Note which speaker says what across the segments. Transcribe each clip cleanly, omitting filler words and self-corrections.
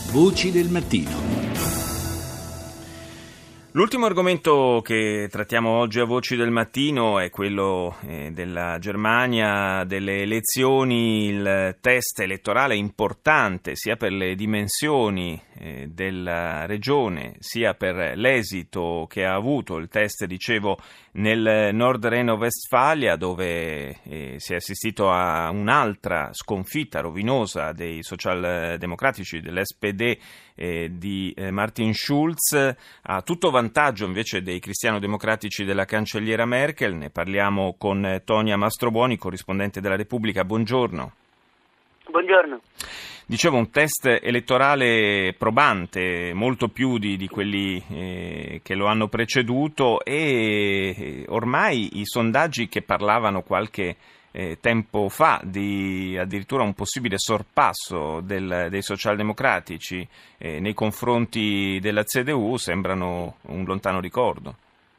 Speaker 1: Voci del mattino.
Speaker 2: L'ultimo argomento che trattiamo oggi a Voci del Mattino è quello della Germania, delle elezioni. Il test elettorale è importante sia per le dimensioni della regione, sia per l'esito che ha avuto il test, dicevo, nel Nord Reno-Westfalia, dove si è assistito a un'altra sconfitta rovinosa dei socialdemocratici, dell'SPD di Martin Schulz, a tutto vantaggio invece dei cristiano-democratici della cancelliera Merkel. Ne parliamo con Tonia Mastrobuoni, corrispondente della Repubblica. Buongiorno.
Speaker 3: Buongiorno.
Speaker 2: Dicevo, un test elettorale probante, molto più di quelli che lo hanno preceduto, e ormai i sondaggi che parlavano qualche tempo fa di addirittura un possibile sorpasso dei socialdemocratici nei confronti della CDU sembrano un lontano ricordo.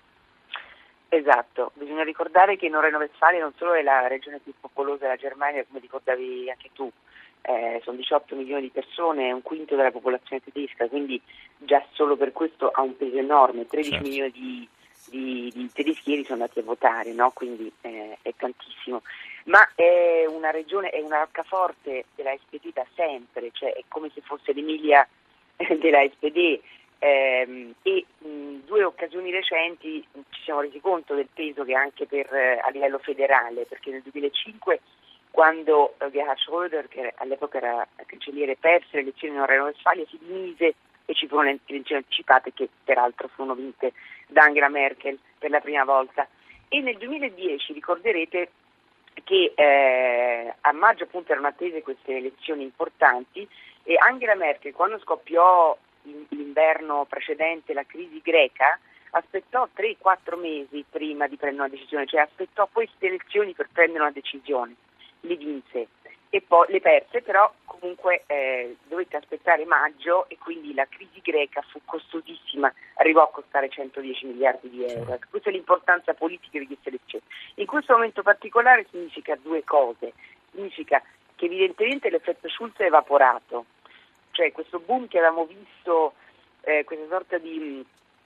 Speaker 3: Esatto, bisogna ricordare che il Nord Reno-Westfalia non solo è la regione più popolosa della Germania, come ricordavi anche tu, sono 18 milioni di persone, un quinto della popolazione tedesca, quindi già solo per questo ha un peso enorme. 13
Speaker 2: certo.
Speaker 3: Milioni di tedeschi sono andati a votare, no? Quindi è tantissimo. Ma è una regione, è una roccaforte della SPD da sempre, cioè è come se fosse l'Emilia della SPD. E in due occasioni recenti ci siamo resi conto del peso che anche a livello federale, perché nel 2005, quando Gerhard Schröder, che all'epoca era cancelliere, perse le elezioni in Reno-Westfalia, si dimise e ci furono le elezioni anticipate che peraltro furono vinte da Angela Merkel per la prima volta. E nel 2010 ricorderete che a maggio appunto erano attese queste elezioni importanti e Angela Merkel, quando scoppiò l'inverno precedente la crisi greca, aspettò 3-4 mesi prima di prendere una decisione, cioè aspettò queste elezioni per prendere una decisione, le vinse e poi le perse, però comunque dovette aspettare maggio e quindi la crisi greca fu costosissima, arrivò a costare 110 miliardi di euro. Questa è l'importanza politica di queste elezioni. In questo momento particolare significa due cose: significa che evidentemente l'effetto Schulz è evaporato, cioè questo boom che avevamo visto, questa sorta di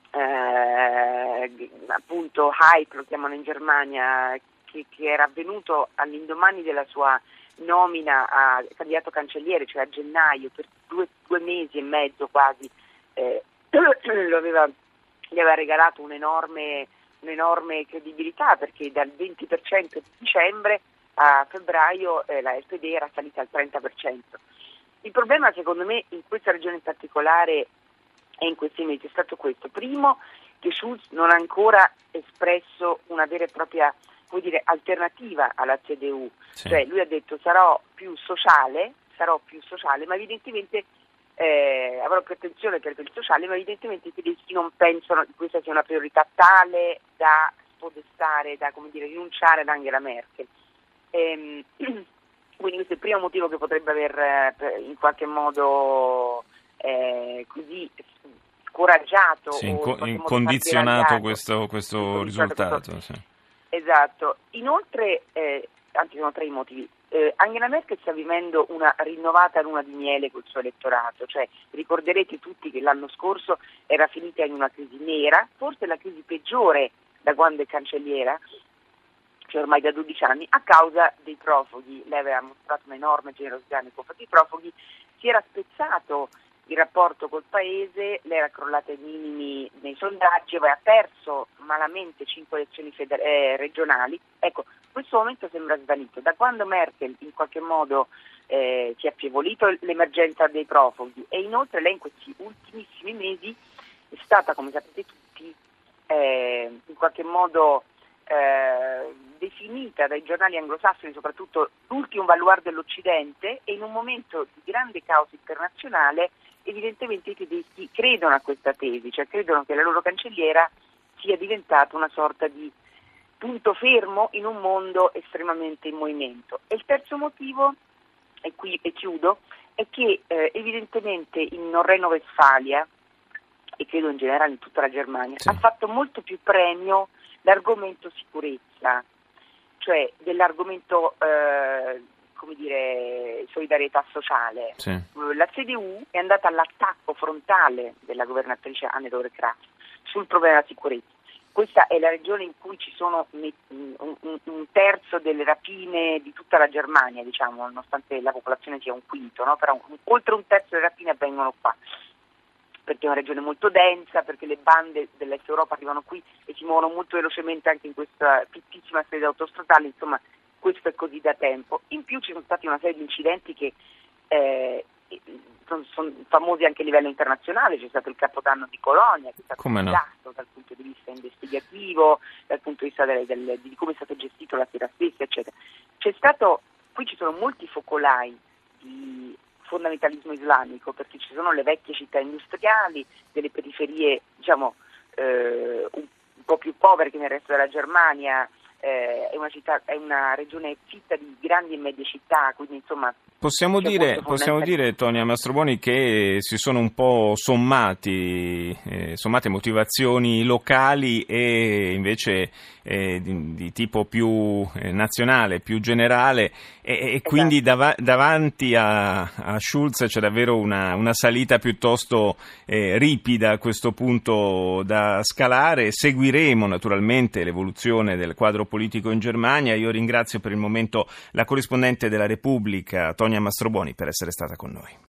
Speaker 3: appunto hype, lo chiamano in Germania, che era avvenuto all'indomani della sua nomina a candidato cancelliere, cioè a gennaio, per due mesi e mezzo quasi, gli aveva regalato un'enorme credibilità, perché dal 20% di dicembre a febbraio la SPD era salita al 30%. Il problema secondo me in questa regione in particolare e in questi mesi è stato questo: primo, che Schulz non ha ancora espresso una vera e propria, alternativa alla CDU, sì. Cioè lui ha detto sarò più sociale, ma evidentemente avrò più attenzione per il sociale, ma evidentemente i tedeschi non pensano che questa sia una priorità tale da spodestare, da rinunciare ad Angela Merkel. Quindi questo è il primo motivo che potrebbe aver in qualche modo così scoraggiato,
Speaker 2: sì,
Speaker 3: o
Speaker 2: condizionato questo risultato. Sì.
Speaker 3: Esatto. Inoltre, anzi sono tre i motivi. Angela Merkel sta vivendo una rinnovata luna di miele col suo elettorato, cioè ricorderete tutti che l'anno scorso era finita in una crisi nera, forse la crisi peggiore da quando è cancelliera, cioè ormai da 12 anni, a causa dei profughi. Lei aveva mostrato un'enorme generosità nei confronti dei profughi, si era spezzato il rapporto col paese, lei era crollata ai minimi nei sondaggi, aveva perso malamente 5 elezioni regionali. Ecco, questo momento sembra svanito. Da quando Merkel in qualche modo si è affievolito l'emergenza dei profughi, e inoltre lei in questi ultimissimi mesi è stata, come sapete tutti, in qualche modo definita dai giornali anglosassoni soprattutto l'ultimo baluardo dell'Occidente, e in un momento di grande caos internazionale evidentemente i tedeschi credono a questa tesi, cioè credono che la loro cancelliera sia diventata una sorta di punto fermo in un mondo estremamente in movimento. E il terzo motivo, e qui e chiudo, è che evidentemente in Nord Reno-Westfalia, e credo in generale in tutta la Germania, sì, ha fatto molto più premio l'argomento sicurezza, cioè dell'argomento come dire, solidarietà sociale.
Speaker 2: Sì.
Speaker 3: La CDU è andata all'attacco frontale della governatrice Hannelore Kraft sul problema della sicurezza. Questa è la regione in cui ci sono un terzo delle rapine di tutta la Germania, diciamo, nonostante la popolazione sia un quinto, no? Però oltre un terzo delle rapine avvengono qua, perché è una regione molto densa, perché le bande dell'Est Europa arrivano qui e si muovono molto velocemente anche in questa fittissima strada autostradale, insomma questo è così da tempo. In più ci sono stati una serie di incidenti che sono famosi anche a livello internazionale. C'è stato il Capodanno di Colonia, che è stato un disastro dal punto di vista investigativo, dal punto di vista di come è stato gestito la sera stessa, eccetera. Qui ci sono molti focolai di fondamentalismo islamico, perché ci sono le vecchie città industriali, delle periferie, diciamo, un po' più povere che nel resto della Germania. È una regione fitta di grandi e medie città, quindi insomma
Speaker 2: possiamo dire, Tonia Mastrobuoni, che si sono un po' sommate motivazioni locali e invece di tipo più nazionale, più generale, e quindi davanti a Schulz c'è davvero una salita piuttosto ripida a questo punto da scalare. Seguiremo naturalmente l'evoluzione del quadro politico in Germania. Io ringrazio per il momento la corrispondente della Repubblica, Tonia Mastrobuoni, per essere stata con noi.